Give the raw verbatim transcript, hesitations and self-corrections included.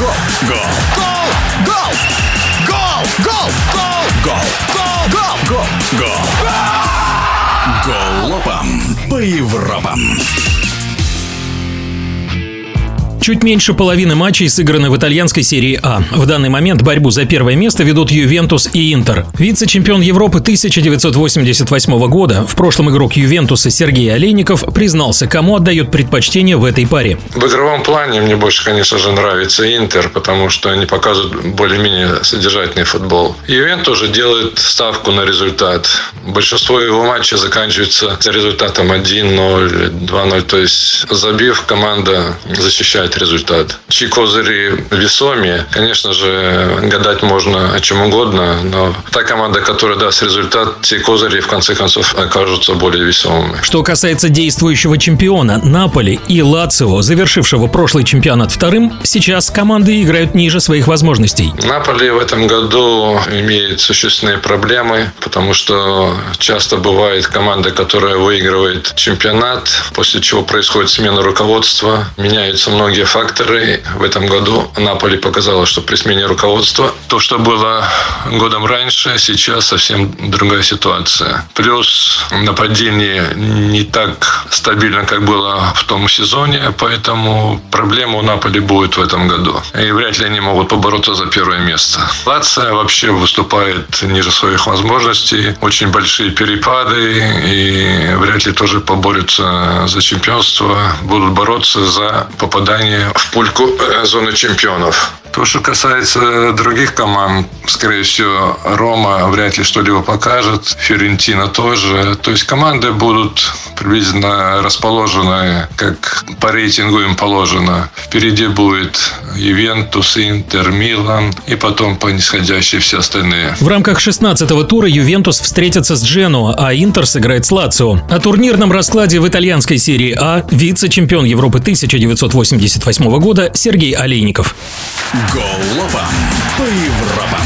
Гол! Гол! Гол! Гол! Гол! Гол! Гол! Гол! Гол! Гол! Гол! Голлопом по Европам. Чуть меньше половины матчей сыграны в итальянской серии А. В данный момент борьбу за первое место ведут Ювентус и Интер. Вице-чемпион Европы тысяча девятьсот восемьдесят восьмого года, в прошлом игрок Ювентуса Сергей Олейников, признался, кому отдает предпочтение в этой паре. В игровом плане мне больше, конечно же, нравится Интер, потому что они показывают более-менее содержательный футбол. Ювентус же делает ставку на результат. Большинство его матчей заканчивается результатом один ноль, два ноль. То есть, забив, команда защищает результат. Чьи козыри весомее, конечно же, гадать можно о чем угодно, но та команда, которая даст результат, те козыри в конце концов окажутся более весомыми. Что касается действующего чемпиона Наполи и Лацио, завершившего прошлый чемпионат вторым, сейчас команды играют ниже своих возможностей. Наполи в этом году имеет существенные проблемы, потому что часто бывает команда, которая выигрывает чемпионат, после чего происходит смена руководства, меняются многие факторы. В этом году Наполи показала, что при смене руководства то, что было годом раньше, сейчас совсем другая ситуация. Плюс нападение не так стабильно, как было в том сезоне, поэтому проблема у Наполи будет в этом году. И вряд ли они могут побороться за первое место. Лацио вообще выступает ниже своих возможностей. Очень большие перепады и вряд ли тоже поборются за чемпионство. Будут бороться за попадание в пульку зоны чемпионов. То, что касается других команд, скорее всего, Рома вряд ли что-либо покажет, Фиорентина тоже. То есть команды будут приблизительно расположены, как по рейтингу им положено. Впереди будет Ювентус, Интер, Милан и потом по нисходящей все остальные. В рамках шестнадцатого тура Ювентус встретится с Дженоа, а Интер сыграет с Лацио. О турнирном раскладе в итальянской серии А вице-чемпион Европы тысяча девятьсот восемьдесят восьмого года Сергей Олейников. Голлопом по Европам.